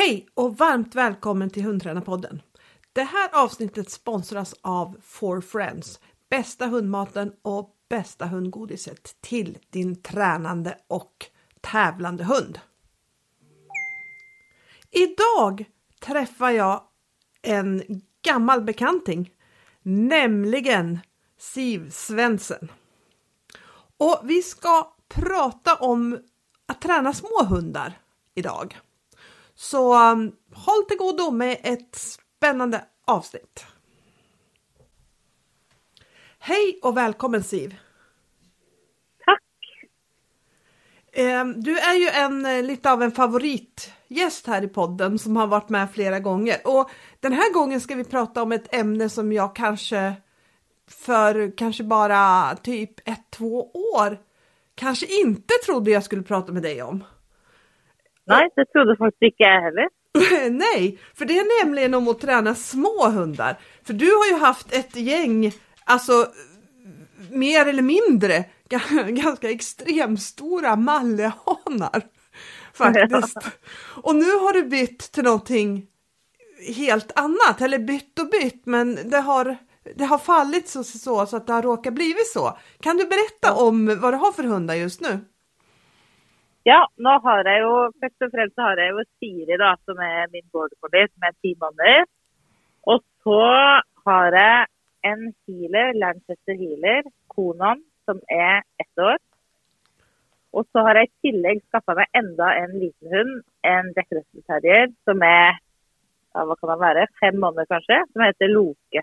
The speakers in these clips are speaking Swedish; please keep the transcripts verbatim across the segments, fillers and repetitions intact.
Hej och varmt välkommen till Hundtränarpodden. Det här avsnittet sponsras av For Friends, bästa hundmaten och bästa hundgodiset till din tränande och tävlande hund. Idag träffar jag en gammal bekanting, nämligen Siv Svensson. Och vi ska prata om att träna små hundar idag. Så um, håll till godo med ett spännande avsnitt. Hej och välkommen Siv. Tack. Eh, du är ju en lite av en favoritgäst här i podden som har varit med flera gånger. Och den här gången ska vi prata om ett ämne som jag kanske för kanske bara typ ett, två år kanske inte trodde jag skulle prata med dig om. Nej, det trodde faktiskt inte jag heller. Nej, för det är nämligen om att träna små hundar. För du har ju haft ett gäng, alltså mer eller mindre, ganska extremstora mallehanar faktiskt. Ja. Och nu har du bytt till någonting helt annat, eller bytt och bytt, men det har, det har fallit så, så, så att det har råkat blivit så. Kan du berätta ja. om vad du har för hundar just nu? Ja, nu har jag ju, först och främst har jag ju Siri då, som är min border collie, som är tio månader. Och så har jag en healer, Lanchester healer, Konon, som är ett år. Och så har jag i tillägg skaffat mig ända en liten hund, en Jack Russell terrier, som är, ja, vad kan man vara, fem månader kanske, som heter Loke.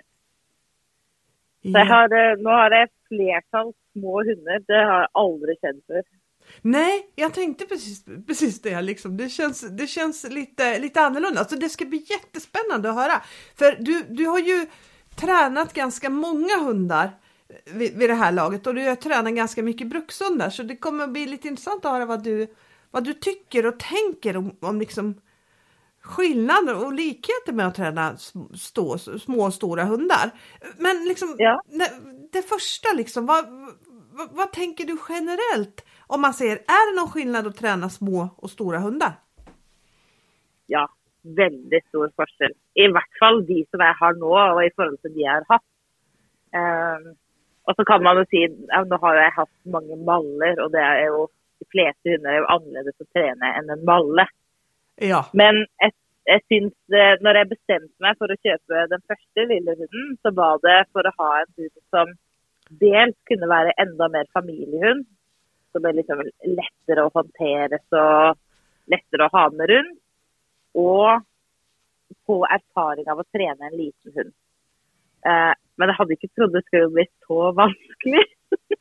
Så jag har, nu har jag flertal små hundar, det har jag aldrig känt för. Nej, jag tänkte precis, precis det liksom. Det känns, det känns lite, lite annorlunda. Alltså det ska bli jättespännande att höra. För du, du har ju tränat ganska många hundar vid, vid det här laget. Och du har tränat ganska mycket brukshundar. Så det kommer att bli lite intressant att höra vad du, vad du tycker och tänker om, om liksom skillnader och likheter med att träna stå, små och stora hundar. Men liksom, ja. det första liksom, vad, vad, vad tänker du generellt? Om man säger, är det någon skillnad att träna små och stora hundar? Ja, väldigt stor skillnad. I vart fall de som jag har nu och i förhållande till de jag har haft. Um, och så kan man ju säga, ja, nu har jag haft många mallar och det är ju, de flesta hundar är ju annorlunda att träna än en malle. Ja. Men jag, jag syns, när jag bestämde mig för att köpa den första lilla hunden, så var det för att ha en hund som dels kunde vara ända mer familjehund, som är liksom lättare att hantera, så lättare att ha med runt, och få erfaring av att träna en liten hund. Uh, men jag hade inte trott det skulle bli så vanskligt.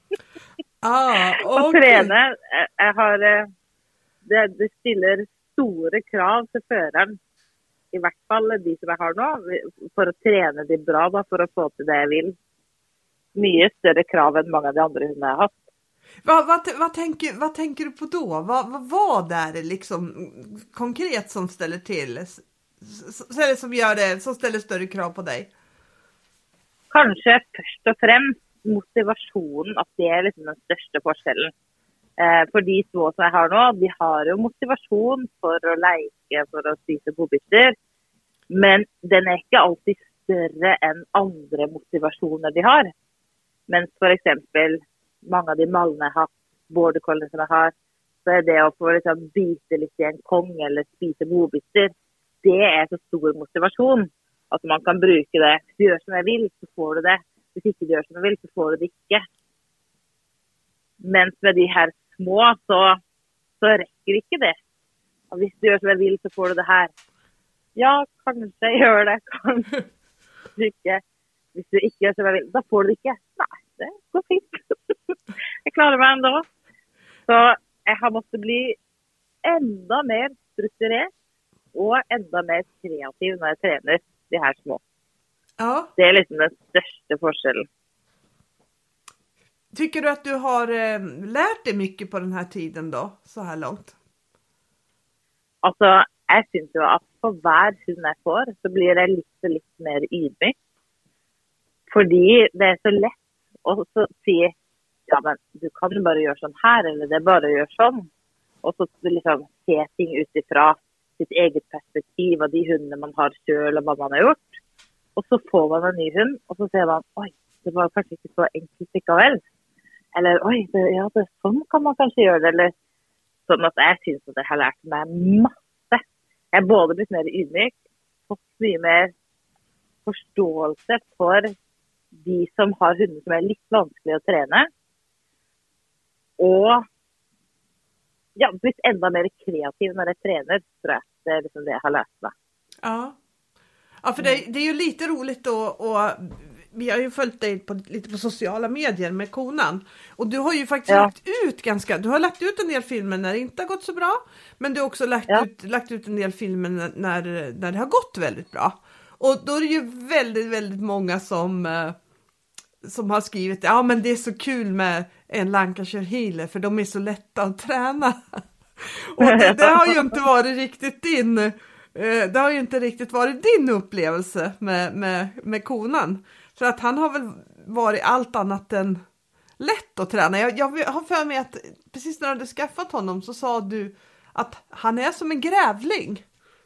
Ah, okay. Att träna. Jag har, det, det ställer stora krav till föraren, i vart fall de som jag har nu, för att träna det bra, då, för att få till det jag vill. Mycket större krav än många av de andra hundar jag har haft. Vad, vad, vad, tänker, vad tänker du på då? Vad, vad, vad är det liksom konkret som ställer till? Eller som gör det, som ställer större krav på dig? Kanske först och främst motivation, att det är liksom den största skillnaden. Eh, för de små som jag har nu, de har ju motivation för att leka, för att spisa godbitar. Men den är inte alltid större än andra motivationer de har. Men för exempel många av de mallarna jag har haft, border collies som jag har, så är det att få liksom bita lite i en kong eller spisa godbitar. Det är så stor motivation att man kan bruka det. Hvis du gör som jag vill så får du det. Hvis inte du gör som jag vill så får du det inte. Men med de här små så, så räcker inte det. Och hvis du gör som jag vill så får du det här. Ja, kanske gör det, kanske inte. Hvis du inte gör som jag vill, då får du det inte. Nej, det går fint. Jag klarar mig ändå. Så jag har måste bli ända mer strukturerad och ända mer kreativ när jag tränar de här små. Ja. Det är liksom den största skillnaden. Tycker du att du har eh, lärt dig mycket på den här tiden då, så här långt? Alltså, jag syns ju att på var hund jag får så blir det lite, lite mer ydmyk. Fordi det är så lätt att så säga, ja men du kan ju bara göra sån här eller det är bara att göra sån. Och så liksom se ting utifrån sitt eget perspektiv av de hundene man har själv och vad man har gjort. Och så får man en ny hund och så ser man, oj, det var kanske inte så enkelt likevel. Eller, oj, det, ja, det, sånn kan man kanske göra det. Eller sånn at jeg synes at jeg har lært meg masse. Jeg har både blitt mer ydmyk, fått mye mer forståelse for de som har hunder som er litt vanskelig å trene. Og ja, blitt enda mer kreativ när jag tränar, tror jag. Det är liksom det jag har lärt mig. Ja. Ja, för det, det är ju lite roligt då, och vi har ju följt dig på, lite på sociala medier med konan. Och du har ju faktiskt ja. lagt ut ganska, du har lagt ut en del filmer när det inte har gått så bra. Men du har också lagt, ja. ut, lagt ut en del filmer när, när det har gått väldigt bra. Och då är det ju väldigt, väldigt många som, eh, som har skrivit, ja men det är så kul med en Lancashire Heeler för de är så lätta att träna. Och det, det har ju inte varit riktigt din, eh, det har ju inte riktigt varit din upplevelse med, med, med konan. För att han har väl varit allt annat än lätt att träna. Jag, jag har för mig att precis när du hade skaffat honom så sa du att han är som en grävling.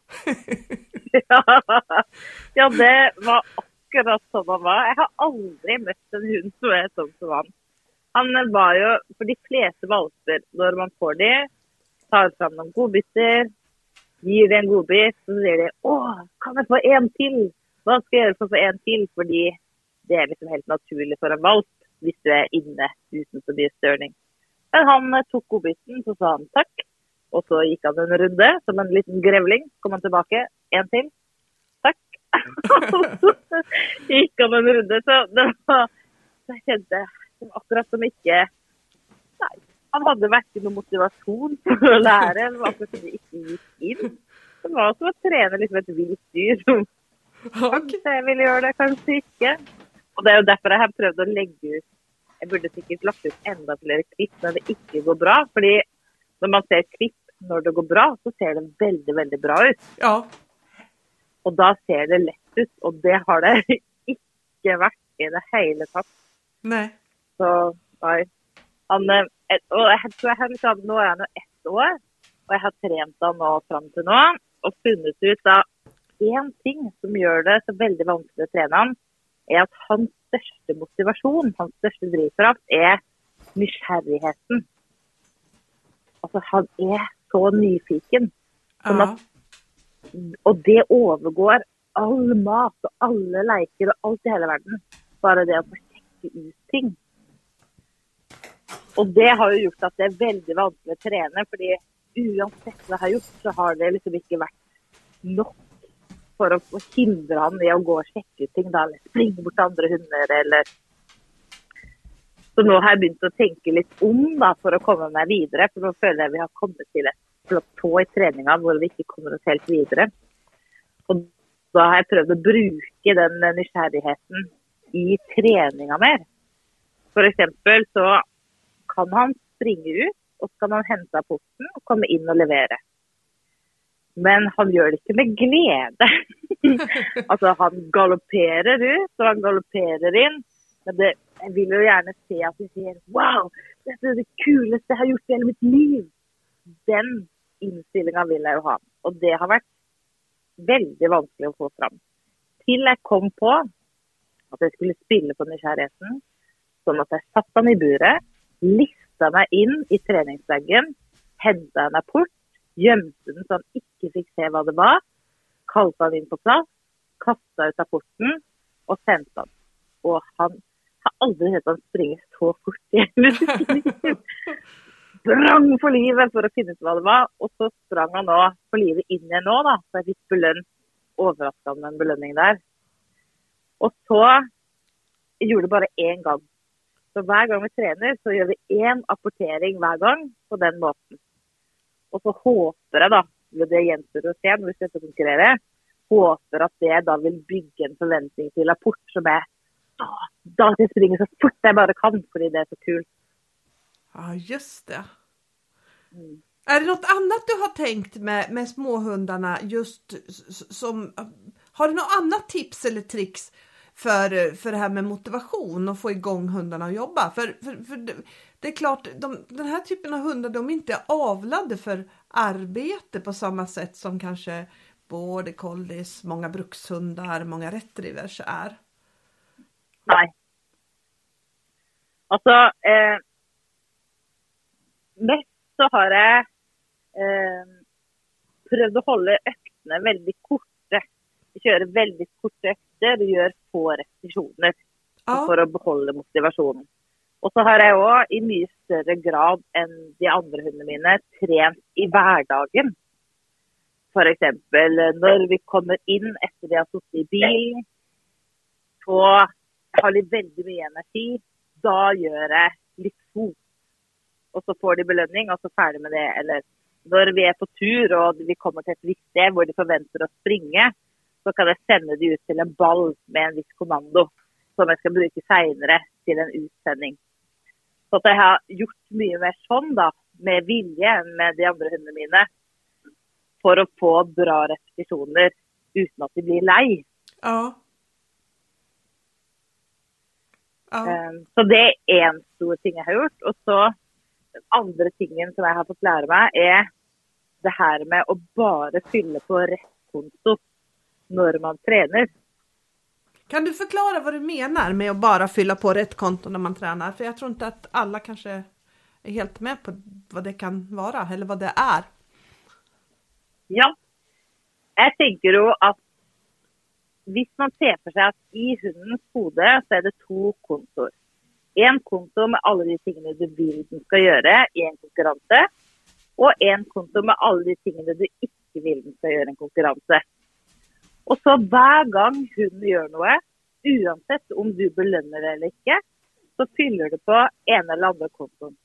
ja, ja, det var akkurat som han var. Jag har aldrig mött en hund som är som som han. Han var ju, för de flesta valper, när man får det, tar fram någon godbitar, ger det en godbit, så säger det, åh, kan jag få en till? Vad ska jag göra för att få en till? För det är liksom helt naturligt för en valp, om du är inne utan så mycket störning. Men han tog godbiten, så sa han tack. Och så gick han en runde, som en liten grävling, kom han tillbaka, en till, tack. Så gick han en runde, så det var, så jag kände, det var akkurat som inte, nej, han hade verkligen någon motivation för att lära, eller varför det inte gick in. Det var som att träna liksom ett vilt dyr. Kanske jag vill göra det, kanske inte. Och det är ju därför jag har prövat att lägga ut, jag borde säkert lagt ut ända fler klipp när det inte går bra, för när man ser klipp när det går bra så ser det väldigt, väldigt bra ut. Ja. Och då ser det lätt ut, och det har det inte varit i det hela tatt. Nej. Så, nej. Han, och jag tror jag har liksom, nu är han ett år, och jag har tränat honom fram till nu, och funnit ut att en ting som gör det så väldigt vanskligt att träna honom är att hans största motivation, hans största drivkraft är nysgjerrigheten. Alltså han är så nyfiken. Ja. Att, och det övergår all mat och alla leker och allt i hela världen. Bara det att få checka ut ting. Och det har ju gjort att det är väldigt vanskligt att träna. För det, oavsett vad jag har gjort så har det liksom inte varit nog för att hindra honom i att gå och checka ut ting. Då, eller springa bort andra hundar eller... Så nu har jag börjat att tänka lite om då, för att komma med vidare. För då känner jag att vi har kommit till ett platå i träningen där vi inte kommer oss helt vidare. Och då har jag prövat att bruka den nysgjerrigheten i träningen mer. För exempel så kan han springa ut och så kan han hämta porten och komma in och leverera. Men han gör det inte med glädje. Alltså han galopperar ut och han galopperar in. Men det, jag vill ju gärna se att vi ser, wow, det är det kulaste jag har gjort i hela mitt liv. Den inställningen vill jag ju ha. Och det har varit väldigt vanskligt att få fram. Till jag kom på att jag skulle spela på nysgjerrigheten. Så att jag satte han i buret, listade mig in i träningsväggen, hämtade en rapport, gömde den så han inte fick se vad det var, kallade han in på plats, kastade ut rapporten och sände han. Och han har aldrig sett han springa så fort i hela sitt liv. Sprang för livet för att finna ut vad det var. Och så sprang han då för livet in igen då, då. Så jag fick belön, överraskande en belöning där. Och så gjorde det bara en gång. Så varje gång vi tränar så gör vi en apportering varje gång på den måten. Och så hoppas jag då, det gjenstår att se när vi ska konkurrera, hoppas att det då vill bygga en förväntning till rapport som är då, då ska jag springa så fort jag bara kan, för det är så kul. Ja, just det. Mm. Är det något annat du har tänkt med, med småhundarna just som, har du något annat tips eller tricks för, för det här med motivation och få igång hundarna att jobba? För, för, för det, det är klart, de, den här typen av hundar, de är inte avlade för arbete på samma sätt som kanske border collies, många brukshundar, många retrievers är. Nej. Alltså, eh, mest så har jag eh, prövat att hålla ökterna väldigt korta. Jag kör väldigt korta ökter och gör få repetitioner Ja. för att behålla motivationen. Och så har jag också i mycket större grad än de andra hundarna mina tränat i vardagen. För exempel när vi kommer in efter vi har suttit i bil, så har de väldigt mycket energi. Då gör jag lite fot. Och så får de belöning och så färdig med det. Eller när vi är på tur och vi kommer till ett visst ställe där de förväntar oss springa, så kan jag sända det ut till en boll med en viss kommando som jag ska bruka senare till en utsändning. Så att jag har gjort mycket mer sån då, med vilja med de andra hundarna mina, för att få bra repetitioner utan att de blir lei. Ja. Ja. Um, så det är en stor ting jag har gjort. Och så den andra tingen som jag har fått lära mig är det här med att bara fylla på rätt konto när man tränar. Kan du förklara vad du menar med att bara fylla på rätt konto när man tränar? För jag tror inte att alla kanske är helt med på vad det kan vara eller vad det är. Ja, jag tänker då att hvis man ser för sig att i hundens hode så är det två kontor. En konto med alla de tingene du vill den ska göra i en konkurrens, och en konto med alla de tingene du inte vill den ska göra i en konkurrens. Och så hver gang hunden gör något, oavsett om du belönar det eller inte, så fyller du på en eller andra konton.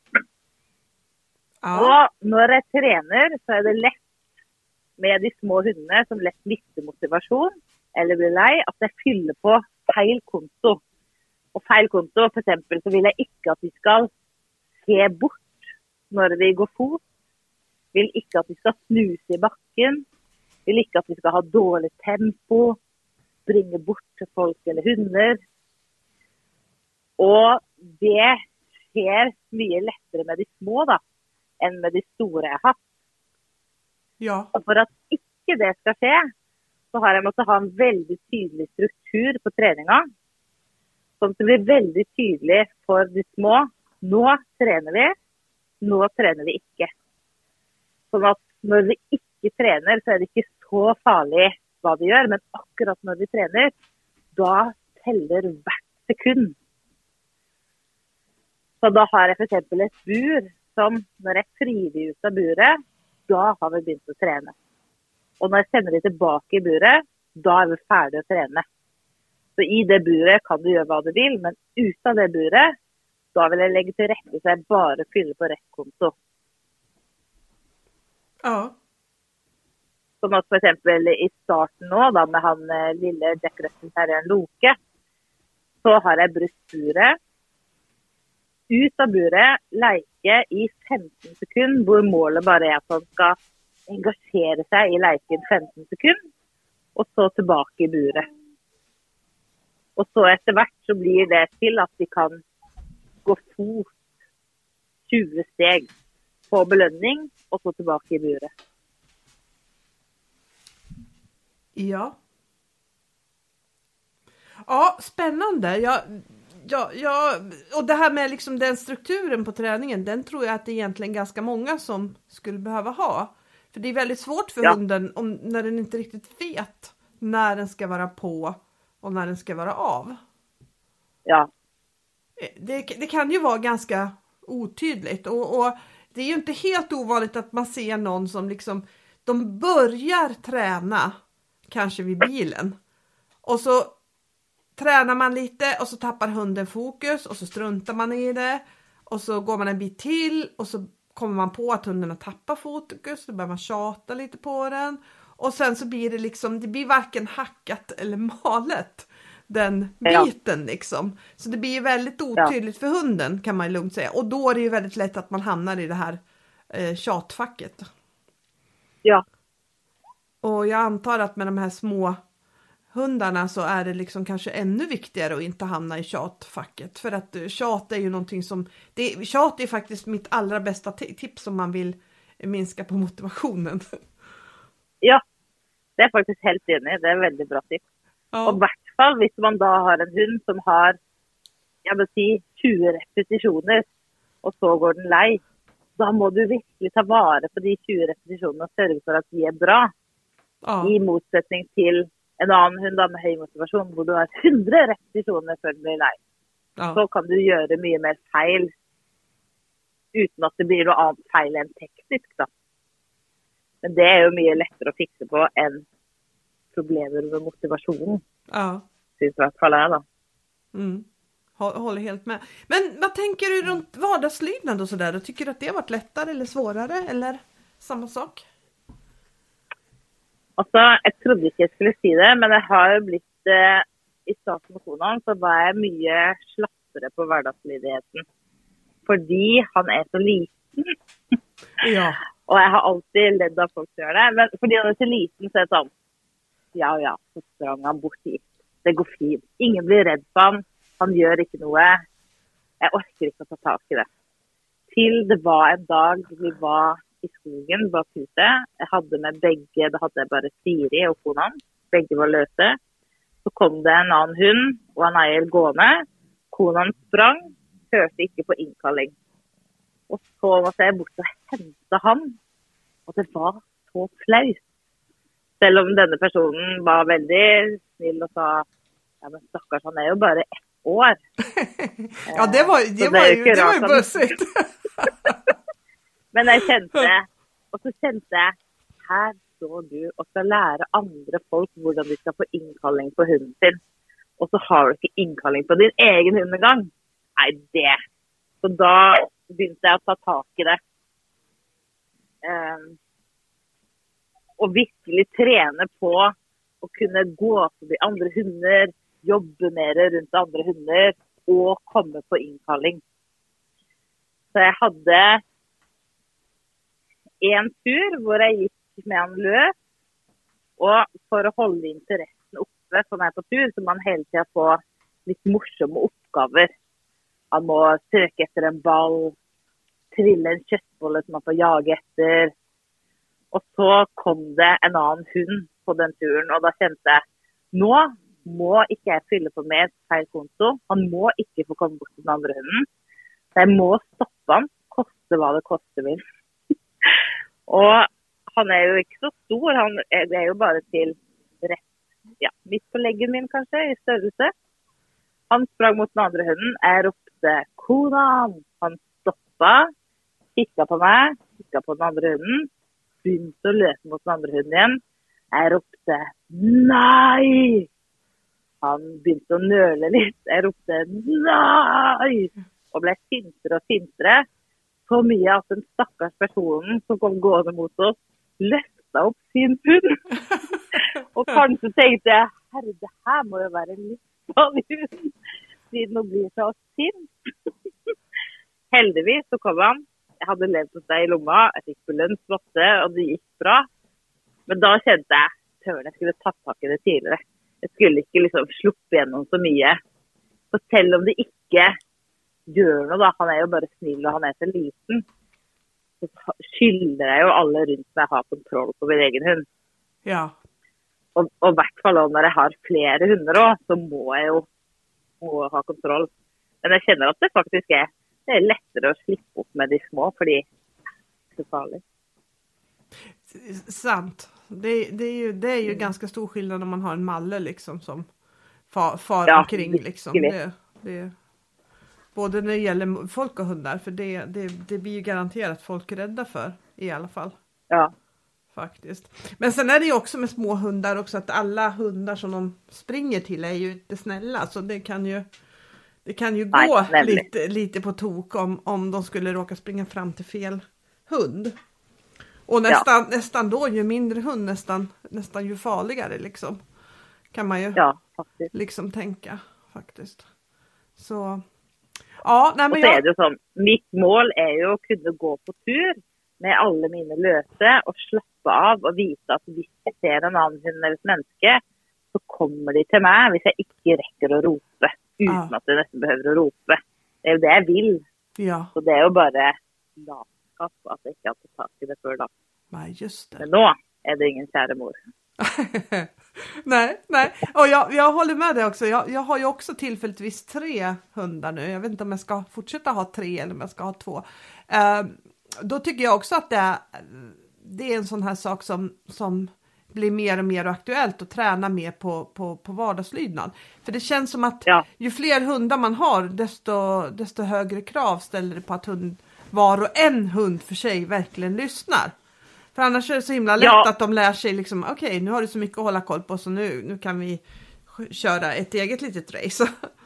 Ja. Och när jag tränar så är det lätt med de små hundarna som lätt mister motivation eller blir lei, att jag fyller på fel konto. Och fel konto, för exempel, så vill jag inte att de ska se bort när de går fot. Vill inte att de ska snusa i backen. Vill inte att de ska ha dåligt tempo. Springa bort till folk eller hundar. Och det sker mycket lättare med de små då, än med de stora jag har haft. Ja. Och för att inte det ska ske, så har jag måste ha en väldigt tydlig struktur på träningen. Som det blir väldigt tydligt för de små. Nu tränar vi, nu tränar vi inte. Så att när vi inte tränar så är det inte så farligt vad vi gör. Men akkurat när vi tränar, då teller hvert sekund. Så då har jag för exempel ett bur som när jag frivillig ut av buret, då har vi börjat att träna. Och när jag sänder det tillbaka i buret, då är vi färdiga att träna. Så i det buret kan du göra vad du vill, men utan det buret, då vill jag lägga till rätta så jag bara fyller på rätt konto. Ja. Som att för exempel i starten nu då, med han lilla Jack Russell Terriern Loke, så har jag bröstburet. Ut av buret, leke i femton sekunder, hvor målet bara är att han ska engagera sig i leken femton sekunder, och så tillbaka i buret. Och så efterhvert så blir det till att de kan gå fot tjugo steg på belöning och så tillbaka i buret. Ja. Ja, spännande. Jag, ja, ja, och det här med liksom den strukturen på träningen, den tror jag att det är egentligen ganska många som skulle behöva ha. För det är väldigt svårt för Ja. hunden om, när den inte riktigt vet när den ska vara på och när den ska vara av. Ja, Det, det kan ju vara ganska otydligt och, och det är ju inte helt ovanligt att man ser någon som liksom, de börjar träna kanske vid bilen och så tränar man lite och så tappar hunden fokus och så struntar man i det och så går man en bit till och så kommer man på att hunden har tappat fokus, så börjar man tjata lite på den och sen så blir det liksom, det blir varken hackat eller malet den biten ja. liksom. Så det blir ju väldigt otydligt ja. för hunden, kan man ju lugnt säga. Och då är det ju väldigt lätt att man hamnar i det här eh, tjatfacket. Ja. Och jag antar att med de här små hundarna så är det liksom kanske ännu viktigare att inte hamna i tjatfacket. För att tjat är ju någonting som, det, tjat är faktiskt mitt allra bästa t- tips om man vill minska på motivationen. Ja, det är faktiskt helt enig. Det är väldigt bra tips. Ja. Och i hvert fall, hvis man då har en hund som har, jag vill säga, tjugo repetitioner och så går den lei, då må du verkligen ta vara på de tjugo repetitionerna och sörja för att de är bra. Ja. I motsättning till en annan hund med hög motivation, där du har hundra repetitioner för den blir lei. Ja. Så kan du göra mycket mer fel utan att det blir något annat fel än tekniskt då. Men det är ju mycket lättare att fixa på än problemer med motivation. Ja. Syns i alla fall är då. Mm. Håller helt med. Men vad tänker du runt vardagslydnad och sådär? Tycker du att det har varit lättare eller svårare eller samma sak? Alltså, jag trodde inte jag skulle säga det, men det har ju blivit eh, i starten med konan så var jag mycket slappare på vardagslydigheten. Fordi han är så liten. Ja. Och jag har alltid ledd av folk som gör det. Men fordi han är så liten så är det sånn, ja, ja, så sprang han bort hit. Det går fint. Ingen blir rädd för han. Han gör inte något. Jag orkar inte ta tag i det. Till det var en dag vi var i skogen bak huset. Jag hade med bägge, det hade jag bara Siri och konan. Bägge var lösa. Så kom det en annan hund och en eier gående. Konan sprang, hørte inte på inkalling. Och så måtte jag bort och hämta han. Och det var så flaut. Selv om denne personen var väldigt snill och sa, ja men stackars, han är ju bara ett år. Ja, det var, det var ju, det var ju bussigt. Men jag kände, och så kände jag, här står du och ska lära andra folk hur de ska få inkalling på hunden sin. Och så har du inte inkalling på din egen hund en gång. Nej, det. Så då började jag att ta tag i det. Um, och verkligen träna på att kunna gå förbi andra hundar, jobba mer runt andra hundar och komma på inkalling. Så jag hade en tur där jag gick med en lös, och för att hålla intressen uppe för mig på tur så man hela tiden får lite morsamma uppgifter. Man må söka efter en boll, trilla en köttbolle som man får jaga efter. Och så kom det en annan hund på den turen, och då kände jag, nu må inte jag fylla på med ett fel konto. Han må inte få komma bort till den andra hunden. Så jag må stoppa han, kosta vad det kostar vill. Och han är ju inte så stor, han är, är ju bara till rätt, ja, mitt på läggen min kanske i störelse. Han sprang mot den andra hunden, jag ropte konan. Han stoppade, tittade på mig, tittade på den andra hunden, började att löpa mot den andra hunden igen. Jag ropte nej. Han började att nöla lite, jag ropte nej. Och blev sintere och sintere. Så mycket att den stackars personen som kom gående mot oss lyfte upp sin hund. Och kanske tänkte jag, herre, det här må ju vara en livsfarlig hund. Siden hon blir så sint. Heldigvis så kom han. Jag hade levt hos dig i lomma. Jag fick belönslotte och det gick bra. Men då kände jag, att jag skulle ta tag i det tidigare. Jag skulle inte liksom sluppa igenom så mycket. Så selv om det inte gör något då, han är ju bara snill och han är så liten, så skyller jag ju alla runt mig ha kontroll på min egen hund. Ja. Och, och i hvert fall när jag har flera hundar då, så må jag ju må ha kontroll. Men jag känner att det faktiskt är, det är lättare att slippa upp med de små, för det är så farligt. Sant. Det, det är ju, det är ju mm. ganska stor skillnad om man har en malle liksom som far, far ja, omkring liksom. Det, det, både när det gäller folk och hundar, för det, det, det blir ju garanterat folk rädda för i alla fall. Ja. Faktiskt. Men sen är det ju också med små hundar också att alla hundar som de springer till är ju inte snälla, så det kan ju det kan ju Nej, gå lite, lite på tok om, om de skulle råka springa fram till fel hund. Och nästan, ja. nästan då ju mindre hund nästan, nästan ju farligare liksom. Kan man ju ja, faktiskt. liksom tänka faktiskt. Så ja, nej, men och så jag... är det som, mitt mål är ju att kunna gå på tur med alla mina lösa och slappa av och visa att hvis jag ser en annan hund eller ett människa så kommer de till mig, hvis jag inte räcker att ropa utan ah. att jag nästan behöver ropa. Det är ju det jag vill. Ja. Så det är ju bara latskap undskap at jeg ikke hadde tatt i det før da. Nej, just det. Men nå är det ingen kära mor. nej, nej. Och jag, jag håller med dig också. Jag, jag har ju också tillfälligtvis tre hundar nu. Jag vet inte om jag ska fortsätta ha tre eller om jag ska ha två. Uh, då tycker jag också att det är, det är en sån här sak som, som blir mer och mer aktuellt och träna mer på, på, på vardagslydnad. För det känns som att ja. ju fler hundar man har, desto, desto högre krav ställer det på att hund, var och en hund för sig verkligen lyssnar. För annars är det så himla lätt ja. att de lär sig liksom, okej, okay, nu har du så mycket att hålla koll på så nu, nu kan vi köra ett eget litet race.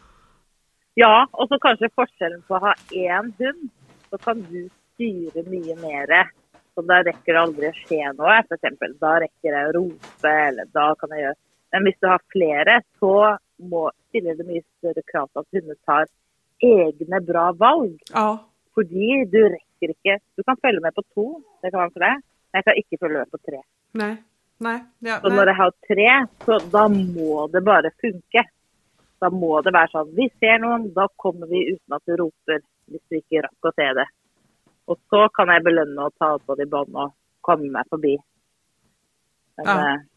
Ja, och så kanske forskellen på att ha en hund, så kan du styra mycket mer. Så då räcker det aldrig att ske något, för exempel. Då räcker det att ropa eller då kan jag göra. Men om du har flera så må, ställer det mycket större krav på att hunden tar egna bra valg. Ja. För du räcker inte, du kan följa med på två, det kan vara för det. Men jag kan inte följa med på tre. Nej, nej. Ja, så nej. när jag har tre, så då må det bara funka. Då må det vara så att vi ser någon, då kommer vi utan att du ropar, om du inte rack att se det. Och så kan jag belöna och ta på det band och komma med förbi. Men ja. eh,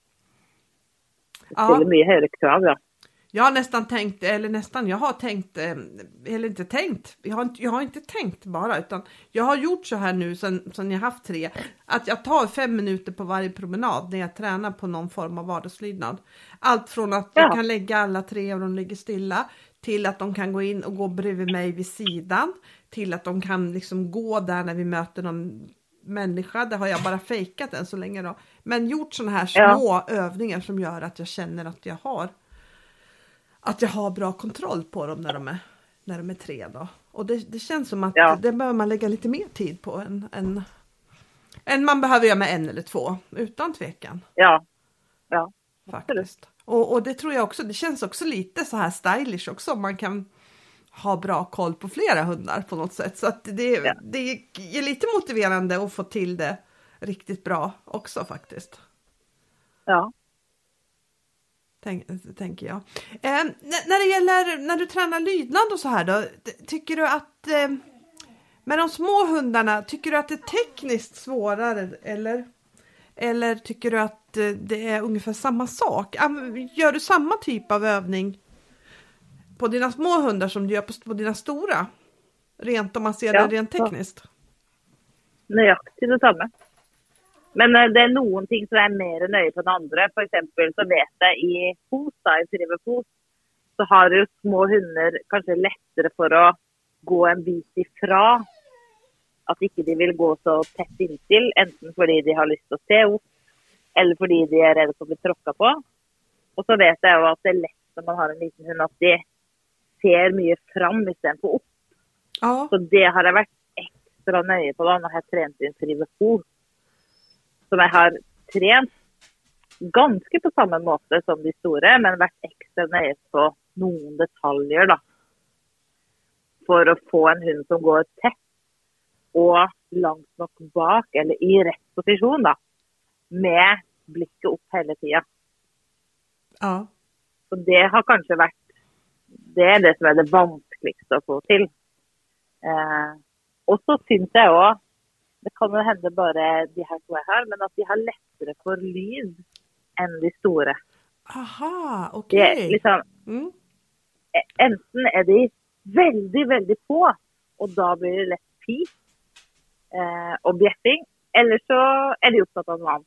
det ställer ja. mycket högre krav, ja. Jag har nästan tänkt, eller nästan, jag har tänkt, eller inte tänkt, jag har inte, jag har inte tänkt bara, utan jag har gjort så här nu sen, sen jag haft tre, att jag tar fem minuter på varje promenad när jag tränar på någon form av vardagslydnad. Allt från att ja. jag kan lägga alla tre och de ligger stilla, till att de kan gå in och gå bredvid mig vid sidan, till att de kan liksom gå där när vi möter någon människa. Det har jag bara fejkat än så länge då. Men gjort såna här små ja. övningar som gör att jag känner att jag har att jag har bra kontroll på dem när de är, när de är tre då. Och det, det känns som att ja. det behöver man lägga lite mer tid på än, än, än man behöver göra med en eller två, utan tvekan. Ja, ja. Faktiskt. Och, och det tror jag också, det känns också lite så här stylish också, man kan ha bra koll på flera hundar på något sätt. Så att det, ja. det är lite motiverande att få till det riktigt bra också faktiskt. Ja. Tänk, tänker jag. Eh, n- när det gäller, när du tränar lydnad och så här då, tycker du att eh, med de små hundarna, tycker du att det är tekniskt svårare eller, eller tycker du att eh, det är ungefär samma sak? Gör du samma typ av övning på dina små hundar som du gör på, på dina stora? Rent om man ser ja, det rent tekniskt. Ja. Nøyaktig det samme. Men det är någonting som är mer nöje på den andra. För exempel så vet jag i fot, da, i drivefot, så har ju små hundar kanske lättare för att gå en bit ifrån. Att inte de vill gå så tätt intill, enten för att de har lust att se upp, eller för att de är rädda för att bli tråkkat på. Och så vet jag att det är lätt när man har en liten hund att de ser mycket fram istället för upp. Ja. Så det har jag varit extra nöje på då när jag tränat i en drivefot. Som jag har tränat ganska på samma måte som de stora, men varit extra nöje på några detaljer då. För att få en hund som går tätt och långt nog bak eller i rätt position då. Med blicket upp hela tiden. Ja. Så det har kanske varit, det är det som är det vanskligaste att få till. Eh, och så syns jag också, det kan ju hända bara de här två här, men att de har lättare för lyd än de stora. Aha, okej. Okay. Liksom, mm. Enten är de väldigt, väldigt få, och då blir det lätt pip eh, och bjäffing, eller så är de uppsatt av något annat.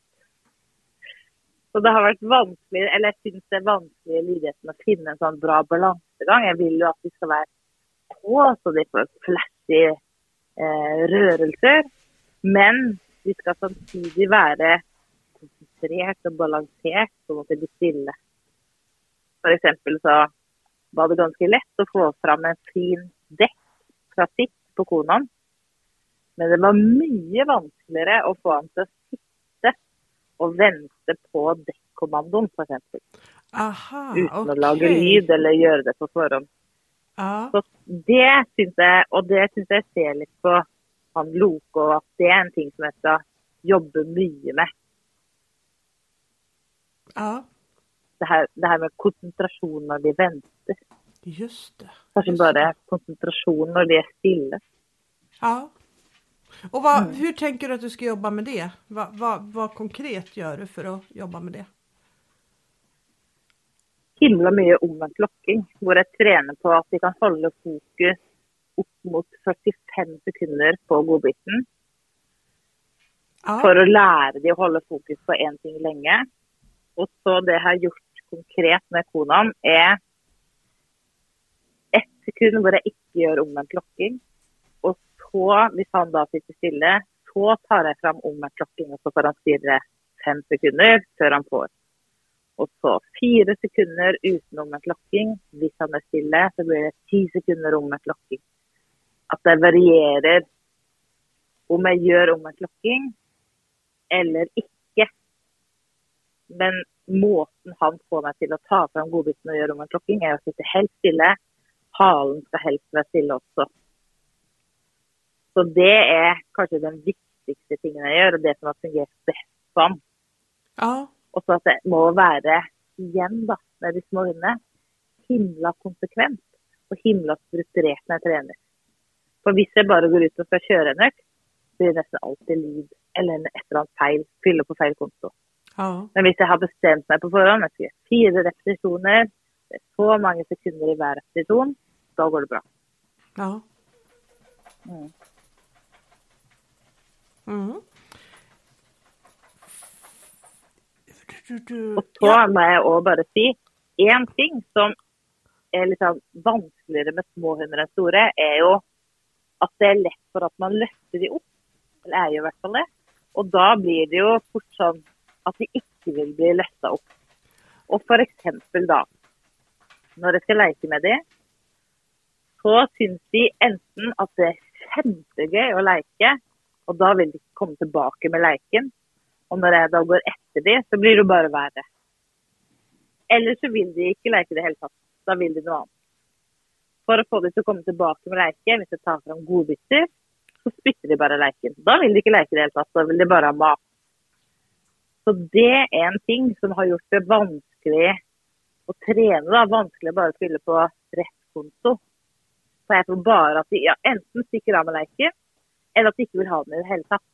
Så det har varit vanskligt, eller jag syns det är vanskligt lydigheten att finna en sån bra balansgång. Jag vill ju att de ska vara på så de får flashiga eh, rörelser. Men de ska samtidigt vara koncentrerat och balanserat så att det blir stilla. För exempel så var det ganska lätt att få fram en fin däck från sitt på konan. Men det var mycket vanskligare att få honom till att sitta och vänta på däckkommandon för exempel. Aha, utan okay. att laga lyd eller göra det på förhand. Ja. Så det syns jag, och det syns jag ser lite på han Loke, och att det är en ting som jag ska jobba mycket med. Ja. Det här, det här med koncentration när de väntar. Just det. Kanske Just bara det. koncentration när de är stilla. Ja. Och vad, mm. hur tänker du att du ska jobba med det? Vad, vad, vad konkret gör du för att jobba med det? Himla mycket omvänd locking. Hvor jag tränar på att vi kan hålla fokus upp mot fyrtiofem sekunder på godbiten. Ja. För att lära dig att hålla fokus på en ting länge. Och så det jag har gjort konkret med konan är ett sekund där jag inte gör omvänd locking. Och så, hvis han då sitter stille, så tar jag fram omvänd locking och så får han stirre fem sekunder før han får. Och så fyra sekunder utan omvänd locking. Hvis han är stille, så blir det tio sekunder omvänd locking. Att det varierar om jag gör omvänd locking eller inte. Men måten han får mig till att ta fram godbiten och göra omvänd locking är att sitta helt stille. Halen ska helst vara stille också. Så det är kanske den viktigaste tingen jag gör och det som har fungerat bäst som. Ja. Och så att det må vara igen då, med de små hundene, himla konsekvent och himla strukturerat när jag tränar. För hvis jag bara går ut och ska köra en økt, så är det nästan alltid lyd eller en ett eller annat fel, fylla på fel konto. Ja. Men hvis jag har bestämt mig på förhand, jag ska göra fyra repetitioner, det är så många sekunder i hver repetition, då går det bra. Ja. Mm. Mm. Du, du, och så ja. Må jag också bara säga, en ting som är lite vanskligare med små hundar än stora är ju att det är lätt för att man lyfter dem upp. Eller är ju i hvert fall det. Och då blir det ju fort sånn att de inte vill bli lyfta upp. Och för exempel då, när de ska leka med det, så syns de enten att det är jättegøy att leka, och då vill de komma tillbaka med leken. Och när jag då går efter det så blir det bara värre. Eller så vill de inte leka det helt tatt. Då vill de något annat. För att få det att komma tillbaka med leken, hvis jag tar fram godbitar, så spytter de bara leken. Då vill de inte leka det helt tatt, då vill de bara ha mat. Så det är en ting som har gjort det vanskligt att träna, då, vanskligt bara att fylla på rätt konto. Så jag tror bara att de ja, enten sticker av med leken, eller att de inte vill ha den i det helt tatt.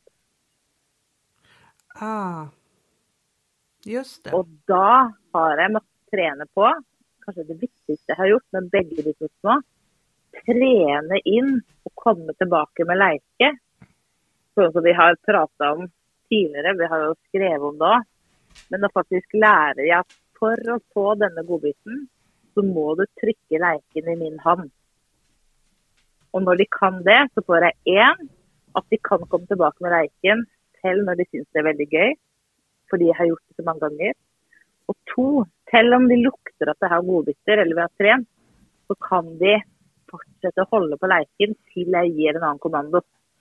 Ah, just det. Och då har jag måste träna på, kanske det viktigaste jag har gjort med bägge de två små, träna in och komma tillbaka med leke. Så som vi har pratat om tidigare, vi har ju skrivit om det. Men att faktiskt lära dig att för att få denna godbiten så må du trycka leken i min hand. Och när de kan det så får jag en, att de kan komma tillbaka med leken till när de syns det är väldigt gøy, för de har gjort det så många gånger. Och två, till om de luktar att det har godbitar eller vi har tränat, så kan de fortsätta hålla på leken till jag ger en annan kommando.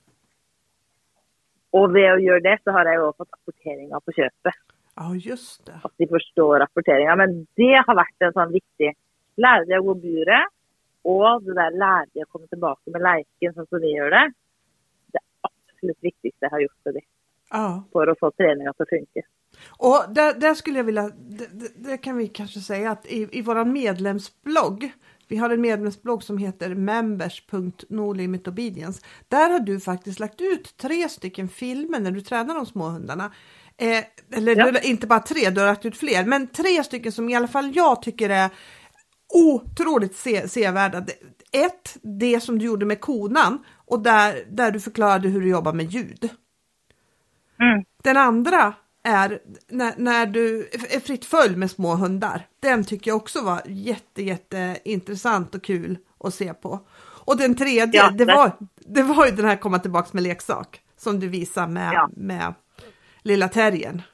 Och vid att göra det så har jag ju fått rapporteringar på köpet. Ja, just det. Att de förstår rapporteringar. Men det har varit en sån viktig, lära dig att gå buret, och det där lära dig att komma tillbaka med leken som vi gör det. Det är absolut viktigaste jag har gjort för det. Ja. För att få träningen att funka. Och där, där skulle jag vilja, det, det, det kan vi kanske säga att i, i våran medlemsblogg, vi har en medlemsblogg som heter members punkt no limit obedience. Där har du faktiskt lagt ut tre stycken filmer när du tränar de små hundarna. Eh, eller ja. Inte bara tre, du har lagt ut fler, men tre stycken som i alla fall jag tycker är otroligt se, sevärda. Ett, det som du gjorde med konan, och där, där du förklarade hur du jobbar med ljud. Mm. Den andra är när, när du är fritt följ med små hundar. Den tycker jag också var jätte, jätte intressant och kul att se på. Och den tredje, ja, det, det, var, det var ju den här komma tillbaka med leksak som du visar med, ja. med lilla terriern.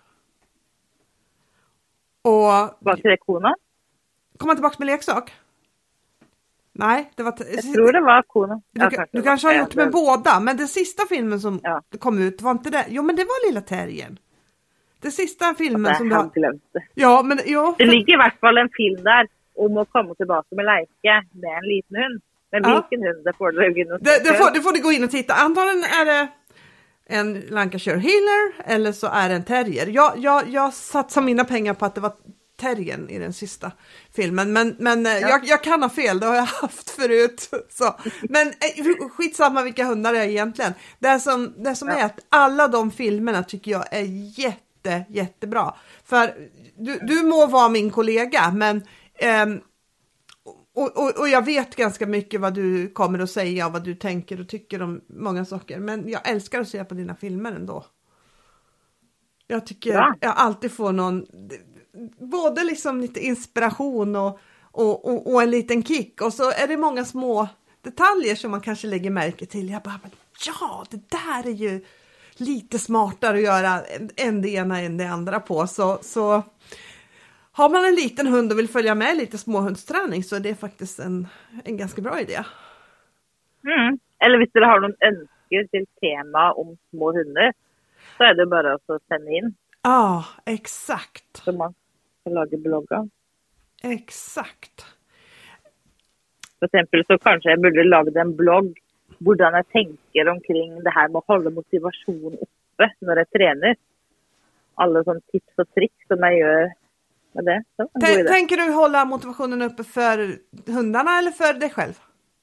Och vad är det, konan? Komma tillbaka med leksak? Nej, det var t- jag tror det var konan. Du, du, du kanske har gjort med båda, men den sista filmen som ja. kom ut var inte det. Jo, men det var lilla terriern. Den sista filmen som du har glömt. Ja, men ja. Det ligger i vart fall en film där om att komma tillbaka med leka med en liten hund. Men ja. vilken hund, det får du gå in och det, det, får, det får du gå in och titta. Antagligen är det en Lancashire Heeler eller så är det en terrier. Jag, jag, jag satsar mina pengar på att det var terriern i den sista filmen. Men, men ja. Ja. jag, jag kan ha fel, det har jag haft förut. Så. Men eh, skitsamma vilka hundar det är egentligen. Det som, det som ja. är att alla de filmerna tycker jag är jätte, jättebra. För du, du må vara min kollega, men ehm, och, och, och jag vet ganska mycket vad du kommer att säga och vad du tänker och tycker om många saker. Men jag älskar att se på dina filmer ändå. Jag tycker ja. jag alltid får någon, både liksom lite inspiration och, och, och, och en liten kick. Och så är det många små detaljer som man kanske lägger märke till. Jag bara, ja, det där är ju lite smartare att göra än det ena än det andra på. Så, så har man en liten hund och vill följa med lite småhundsträning så är det faktiskt en, en ganska bra idé. Mm. Eller hvis dere har någon önskar till tema om små hundar så är det bara att sända in. Ja, ah, exakt. Så man kan laga bloggar. Exakt. För exempel så kanske jag borde laga en blogg hur jag tänker omkring det här med att hålla motivation uppe när jag tränar. Alla sån tips och tricks som jag gör med det. Så, T- tänker du hålla motivationen uppe för hundarna eller för dig själv?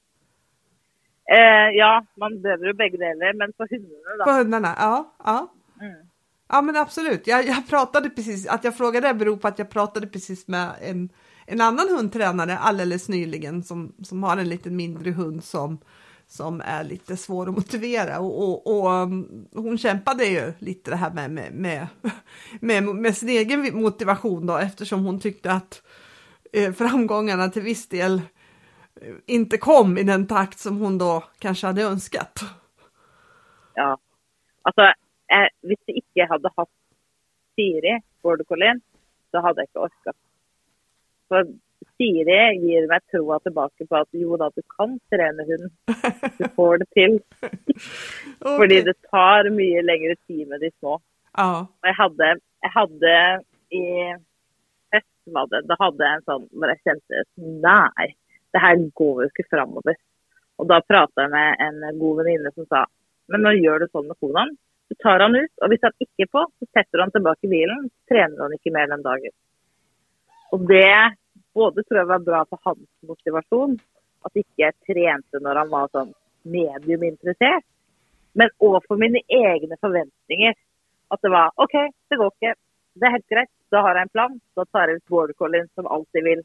Eh, ja, man behöver ju bägge delar, men på hundarna då. På hundarna, ja. Ja, mm. ja men absolut. Jag, jag pratade precis, att jag frågade beror på att jag pratade precis med en, en annan hundtränare alldeles nyligen som, som har en lite mindre hund som, som är lite svår att motivera. Och, och, och hon kämpade ju lite det här med, med, med, med, med sin egen motivation då, eftersom hon tyckte att eh, framgångarna till viss del inte kom i den takt som hon då kanske hade önskat. Ja, alltså eh, hvis jag inte hade haft Siri, border collie, så hade jag inte orkat. För Siri ger mig troa tillbaka på att jo då, du kan träna hund. Du får det till. Okay. Fordi det tar mycket längre tid med de små. Ja. Och jag hade, jag hade i höst var det, då hade jag en sån där jag kände, nej. Det här går ju inte framåt. Och då pratade jag med en god väninna som sa, men nu gör du sån med konan. Du tar han ut, och hvis han inte är på, så sätter han tillbaka i bilen, så tränar han inte mer den dagen. Och det både tror jag var bra för hans motivation, att inte jag tränade när han var sån medium intresserad, men också för mina egna förväntningar. Att det var, okej, okay, det går inte. Det är helt grejt, då har jag en plan, då tar jag ut border collien som alltid vill.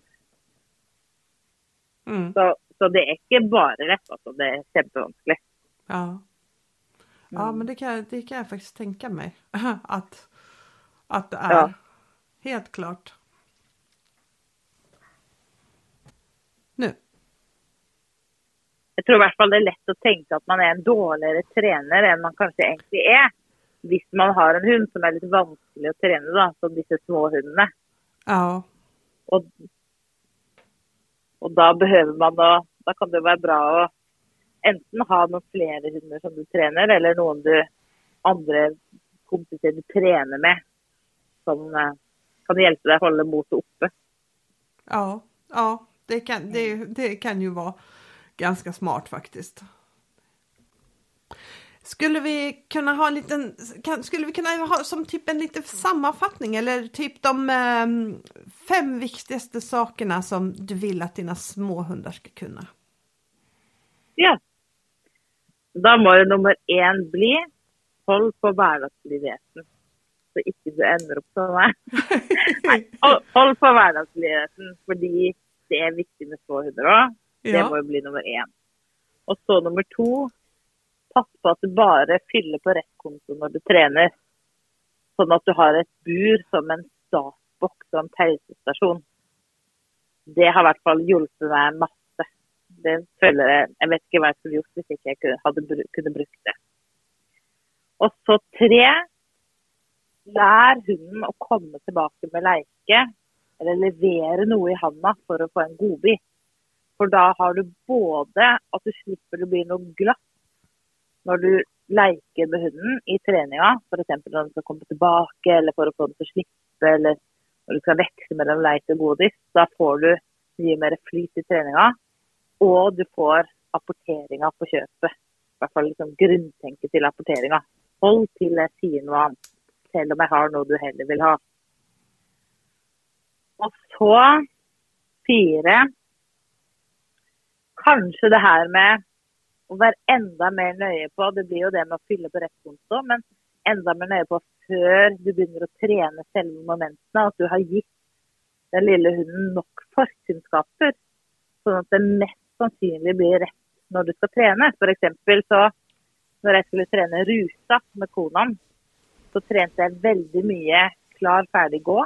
Mm. Så, så det är inte bara rätt, alltså, det är jättevanskligt. Ja. Ja, mm. men det kan, det kan jag faktiskt tänka mig. att, att det är ja. Helt klart. Nu. Jag tror i alla fall det är lätt att tänka att man är en dåligare tränare än man kanske egentligen är. Hvis man har en hund som är lite vanskelig att träna då, som dessa små hundarna. Ja. Och Och då behöver man då, då kan det vara bra att enten ha någon fler hundar som du tränar eller någon du andra kompisar du tränar med som kan hjälpa dig att hålla motet uppe. Ja, ja, det kan det, det kan ju vara ganska smart faktiskt. Skulle vi kunna ha en liten kan, skulle vi kunna ha som typ en liten sammanfattning eller typ de eh, fem viktigaste sakerna som du vill att dina små hundar ska kunna? Ja. Då måste nummer en bli håll på vardagsligheten. Så inte du ändrar upp så här. håll, håll på vardagsligheten för det är viktigt med små hundar då. Det ja. måste bli nummer en. Och så nummer två, pass på att du bara fyller på rätt konto när du tränar. Så att du har ett bur som en startbox och en pejsestation. Det har i alla fall hjälpt mig massor. Det följer jag. Jag vet inte vad jag skulle gjort om jag inte hade kunnat bruka det. Och så tre, lär hunden att komma tillbaka med leke. Eller leverera något i handen för att få en godbit. För då har du både att du slipper att bli något glatt när du leker med hunden i träningen, för exempel när du ska komma tillbaka eller för att få den att slippa eller när du ska växa mellan lek och godis, så får du mycket mer flyt i träningen och du får apporteringar på köpet. I alla fall liksom grundtänket till apporteringar. Håll till att säga något annat, till om jag har något du hellre vill ha. Och så fyra. Kanske det här med att vara ända mer nöje på, det blir ju det med att fylla på rätt konto, men ända mer nöje på för du börjar att träna själva momenten, att du har gett den lilla hunden nog förkunskaper så att det mest sannsynligt blir rätt när du ska träna. För exempel så när jag skulle träna rusa med konan så tränade jag väldigt mycket klar, färdig, gå.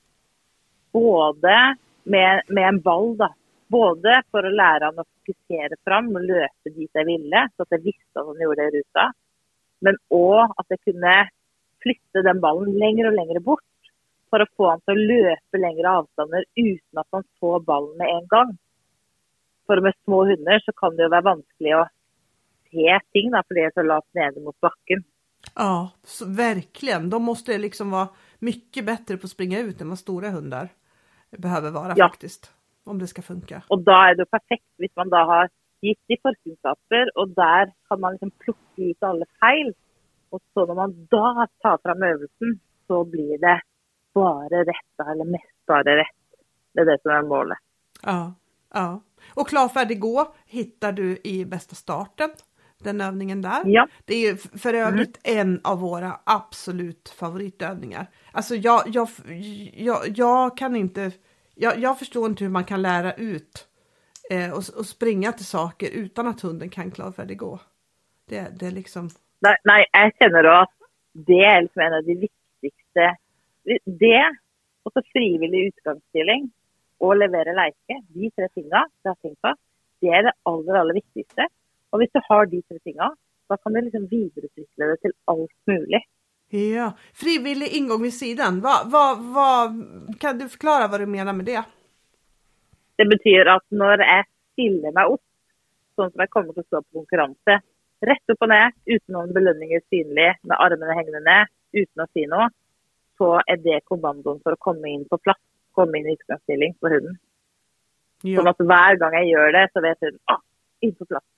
Både med, med en boll då. Både för att lära honom att fokusera fram och löpa dit jag ville så att jag visste att han gjorde det i rusa. Men också att jag kunde flytta den bollen längre och längre bort för att få honom att löpa längre avstånd utan att han såg bollen med en gång. För med små hundar så kan det ju vara vanskligt att se ting då, för det är så lågt nere mot backen. Ja, så verkligen. De måste liksom vara mycket bättre på att springa ut än vad stora hundar behöver vara ja. faktiskt. Om det ska funka. Och då är det perfekt om man då har gitt i förkunskaper och där kan man liksom plocka ut alla fel. Och så när man då tar fram övelsen så blir det bara rätt eller mest bara rätt. Det är det som är målet. Ja, ja. Och klar, färdig, gå hittar du i bästa starten. Den övningen där. Ja. Det är ju för övrigt mm. en av våra absolut favoritövningar. Alltså jag, jag, jag, jag kan inte... Jag, jag förstår inte hur man kan lära ut eh, och, och springa till saker utan att hunden kan klar, färdig, gå. Det, det är liksom... Nej, nej, jag känner att det är liksom en av de viktigaste. Det, och så frivillig utgångsstilling och leverera leke. De tre tingarna jag har tänkt på, det är det allra, allra viktigaste. Och om du har de tre tingarna, då kan du liksom vidareutveckla det till allt möjligt. Ja, frivillig ingång vid sidan. Vad, vad, vad, kan du förklara vad du menar med det? Det betyder att när jag stiller mig upp, så som jag kommer att stå på konkurrens, rätt upp och ner, utan någon belöning är synlig, med armarna hängande ner, utan att säga något, så är det kommandon för att komma in på plats, komma in i utgångsställning på hunden. Ja. Så att varje gång jag gör det så vet hunden, ah, in på plats.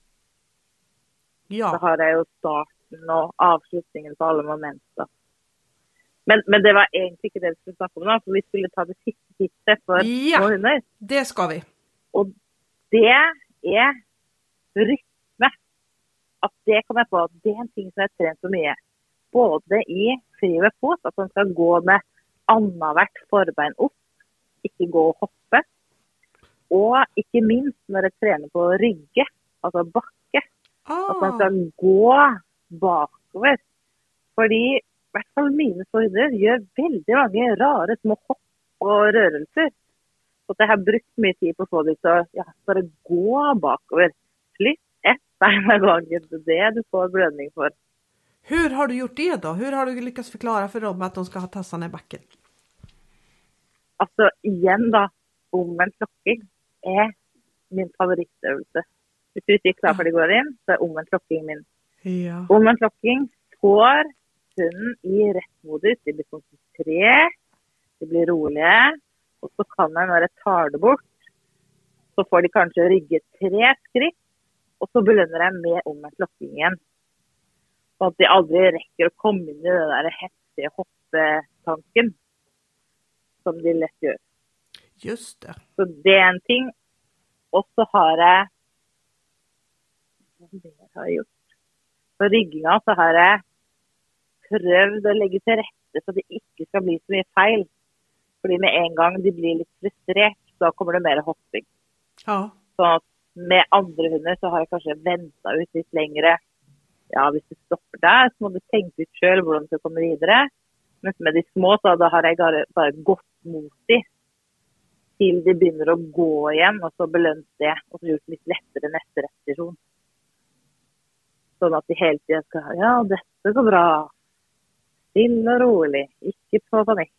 Ja. Så har jag ju starten och avslutningen på alla moment. Men, men det var egentligen inte det vi skulle snacka om då, för vi skulle ta det sista tipset för ja, små hundar. Det ska vi. Och det är rytme. Att det kommer på att det är en ting som jag tränat så mycket. Både i fri och fot, att man ska gå med annavert forbein upp, inte gå och hoppa. Och inte minst när jag tränar på rygge, alltså backe. Oh. Att man ska gå bakover. För i hvert fall mine hundar gör väldigt många rara små hopp och rörelser. Så jag har brukt mycket tid på att få det så ja, bara gå bakover. Flytt ett bein av gången, det är det du får blödning för. Hur har du gjort det då? Hur har du lyckats förklara för dem att de ska ha tassarna i backen? Alltså igen då, omvänd klocking är min favoritövelse. Hvis du ikke er klar for det går in, så är omvänd klocking min. Ja. Omvänd klocking får hunden i rätt modus. Det blir koncentrert, det blir roliga. Och så kan man när jag tar det bort, så får de kanske rygge tre skritt. Och så belönar jag med omvänd klocking igen. Så att de aldrig räcker att komma in i den där häftiga hoppetanken. Som de lätt gör. Just det. Så det är en ting. Och så har jag... Vad det har jag gjort? På rygginga så har jag prövat att lägga till rätta så det inte ska bli så mycket fel. För med en gång de blir lite frustrerade så kommer det mer hopping. Ja. Så att med andra hundar så har jag kanske väntat ut lite längre. Ja, om du stoppar där så måste du tänka ut själv hur de ska komma vidare. Men med de små så då har jag bara, bara gått mot dem. Till de börjar att gå igen och så belönt det. Och så gjort lite lättare nästa repetition. Så att de hela tiden ska ha, ja detta går bra. Still och rolig, inte på panik.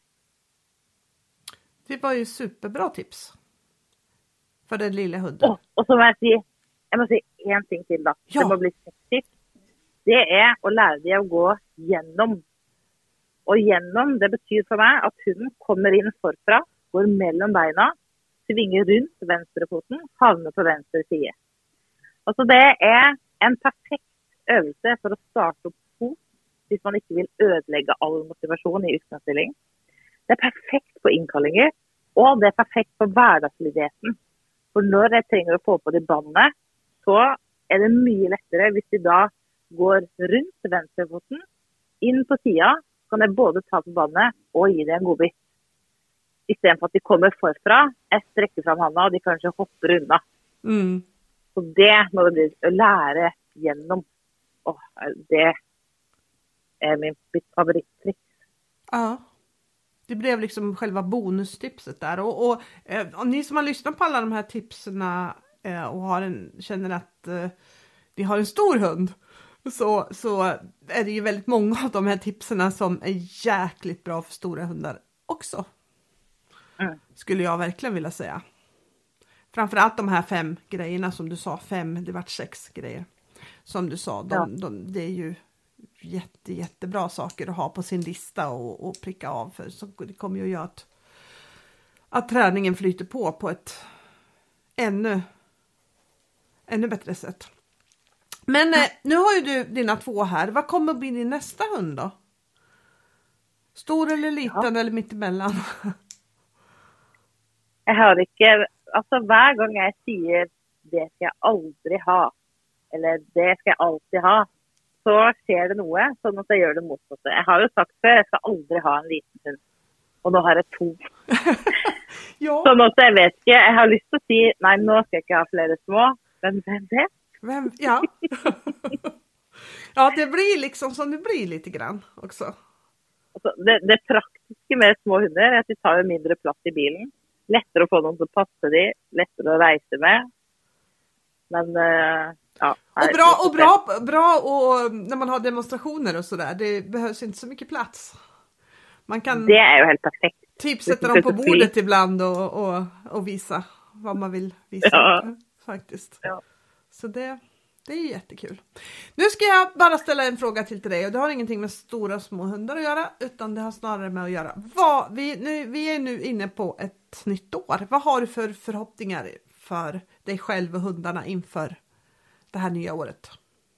Det var ju superbra tips. För den lilla hunden. Och, och så måste jag säga, jag måste säga en ting till då. Ja. Det måste bli sexigt. Det är att lära dig att gå genom. Och genom, det betyder för mig att hunden kommer in förfra, går mellan benen, svingar runt vänsterfoten, hamnar på vänster sida. Alltså det är en perfekt övelse för att starta upp fot, hvis man inte vill ödelägga all motivation i utgångsställning. det er perfekt på innkallinger, og det er perfekt på hverdagsligheten. For når jeg trenger å få på de bandene, så er det mye lettere hvis de da går rundt venstrefoten, inn på siden, kan jeg både ta på bandet og gi det en godbit. I stedet for at de kommer forfra, jeg strekker frem handa, og de kanskje hopper unna. Mm. Så det må det bli å lære gjennom. Åh, det är min mitt favorittrick. Ja. Det blev liksom själva bonustipset där. Och, och, eh, och ni som har lyssnat på alla de här tipserna eh, och har en, känner att eh, ni har en stor hund, så, så är det ju väldigt många av de här tipserna som är jäkligt bra för stora hundar också. Mm. Skulle jag verkligen vilja säga. Framförallt de här fem grejerna som du sa. Fem, det vart sex grejer. Som du sa, de, ja. de, det är ju jätte, jättebra saker att ha på sin lista och, och pricka av. För så det kommer ju att göra att, att träningen flyter på på ett ännu, ännu bättre sätt. Men eh, nu har ju du dina två här. Vad kommer att bli din nästa hund då? Stor eller liten ja. Eller mittemellan? Jag har inte, alltså varje gång jag säger det ska jag aldrig ha, eller det ska jag alltid ha, så sker det något så att jag gör det motsatta. Jag har ju sagt för jag ska aldrig ha en liten hund. Och nu har jag två. Ja. Så nu jag vet inte, jag har lust att säga nej, nu ska jag inte ha flera små. Men vem vet? Vem? Ja. Ja, det blir liksom som det blir lite grann också. Alltså, det, det praktiska med små hundar är att de tar mindre plats i bilen. Lättare att få någon som passar dig, lättare att resa med. Men uh, ja. Och bra och bra bra och när man har demonstrationer och så där, det behövs inte så mycket plats. Man kan Det är ju helt perfekt. Typ sätta dem på bordet ibland och, och och visa vad man vill visa ja. Faktiskt. Ja. Så det det är jättekul. Nu ska jag bara ställa en fråga till till dig, och det har ingenting med stora och små hundar att göra, utan det har snarare med att göra. Vad vi nu vi är nu inne på ett nytt år. Vad har du för förhoppningar för dig själv och hundarna inför det här nya året?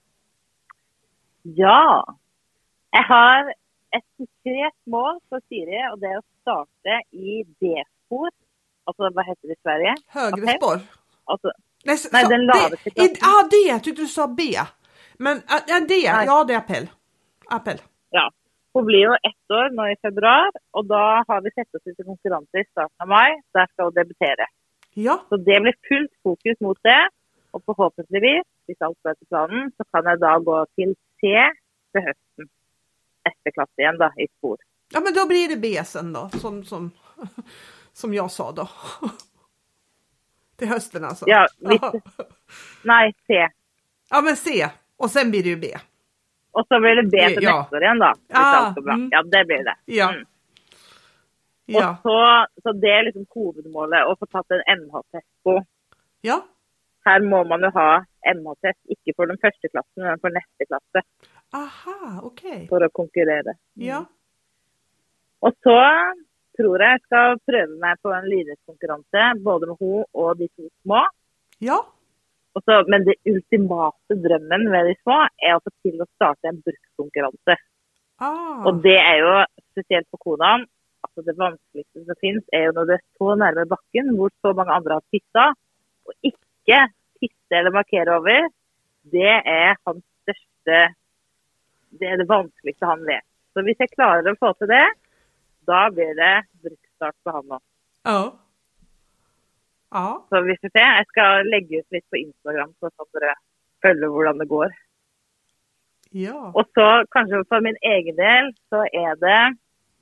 Ja. Jag har ett konkret mål för Siri, och det är att starta i D-spår. Alltså vad heter det i Sverige? Högre spår. Alltså Nej, så, Nej, den lades Ja, ah, det. Jag tyckte du sa B. Men ja, det. Nej. Ja, det är appell. Appell. Ja. Hon blir ju ett år nu i februari, och då har vi sett oss lite konkurrenser i starten av maj. Där ska hon debutera. Ja. Så det blir fullt fokus mot det. Och förhoppningsvis, hvis allt går till planen, så kan jag då gå till C till hösten. Efter klass igen då, i spår. Ja, men då blir det B sen då, som, som, som jag sa då. Till hösten alltså. Ja, visst. Nej, C. Ja, men C. Och sen blir det ju B. Och så blir det B till ja. nästa år igen då. Ah, mm. Ja, det blir det. Ja. Mm. Ja. Och så, så det är liksom huvudmålet att få tagit en M H-test på. Ja. Här må man ju ha M H-test, inte för den första klassen, men för nästa klass. Aha, okej. Okay. För att konkurrera. Mm. Ja. Och så tror jag jag ska pröva mig på en lidelskonkurrens, både med hon och de två små. Ja. Och så, men det ultimata drömmen med de små är att få till att starta en brukskonkurrens. Ah. Och det är ju speciellt på konan. Alltså det vanskligaste som finns är ju när det är så nära backen, hvor så många andra har tittat, och inte titta eller markera över. Det är hans största, det är det vanskligaste han vet. Så om jag klarar att få till det, då blir det bruksstart på honom. Ja. Ja. Så vi får se. Jag ska lägga ut lite på Instagram så att ni följer hur det går. Ja. Och så kanske för min egen del så är det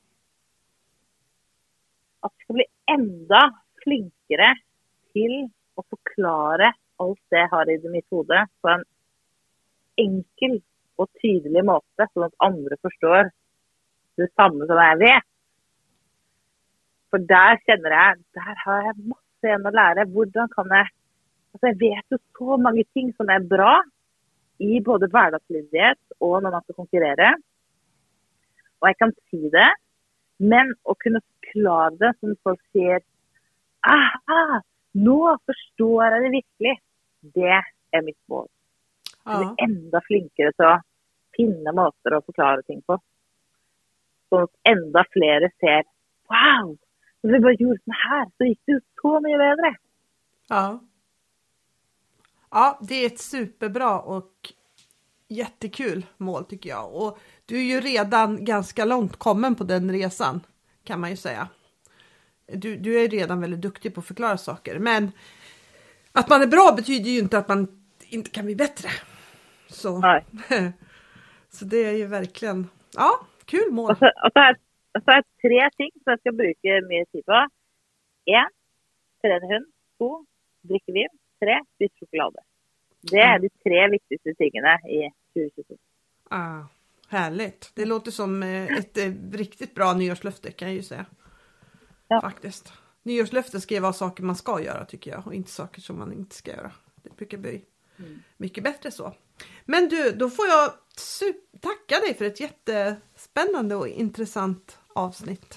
att jag ska bli ända flinkare till att förklara allt det jag har i mitt huvud på en enkel och tydlig måte, så att andra förstår det samma som jag vet. För där känner jag, där har jag massor igen att lära. Hur kan jag, alltså jag vet ju så många ting som är bra i både vardagslivet och när man ska konkurrera. Och jag kan säga det, men att kunna förklara det som folk säger, aha, nu förstår jag det verkligen. Det är mitt mål. Ja. Jag blir ända flinkare till att finna måter att förklara ting på. Så att ända fler ser wow, om vi bara gjorde så här så gick det så mycket bättre. Ja. Ja, det är ett superbra och jättekul mål tycker jag. Och du är ju redan ganska långt kommen på den resan kan man ju säga. Du, du är redan väldigt duktig på att förklara saker. Men att man är bra betyder ju inte att man inte kan bli bättre. Så, Nej. så det är ju verkligen, ja, kul mål. Och så, och så, är, och så är tre ting som jag ska bruka mycket tid på. En, träna hund. Två, dricka vin. Tre, spisa choklad. Det är de tre viktigaste tingene i tjugo tjugotvå. Ah, härligt. Det låter som ett eh, riktigt bra nyårslöfte kan jag ju säga. Ja. Faktiskt. Nyårslöfte ska ju vara saker man ska göra tycker jag. Och inte saker som man inte ska göra. Det brukar bli mm. mycket bättre så. Men du, då får jag super- tacka dig för ett jättespännande och intressant avsnitt.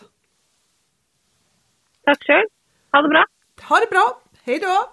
Tack själv. Ha det bra. Ha det bra. Hej då.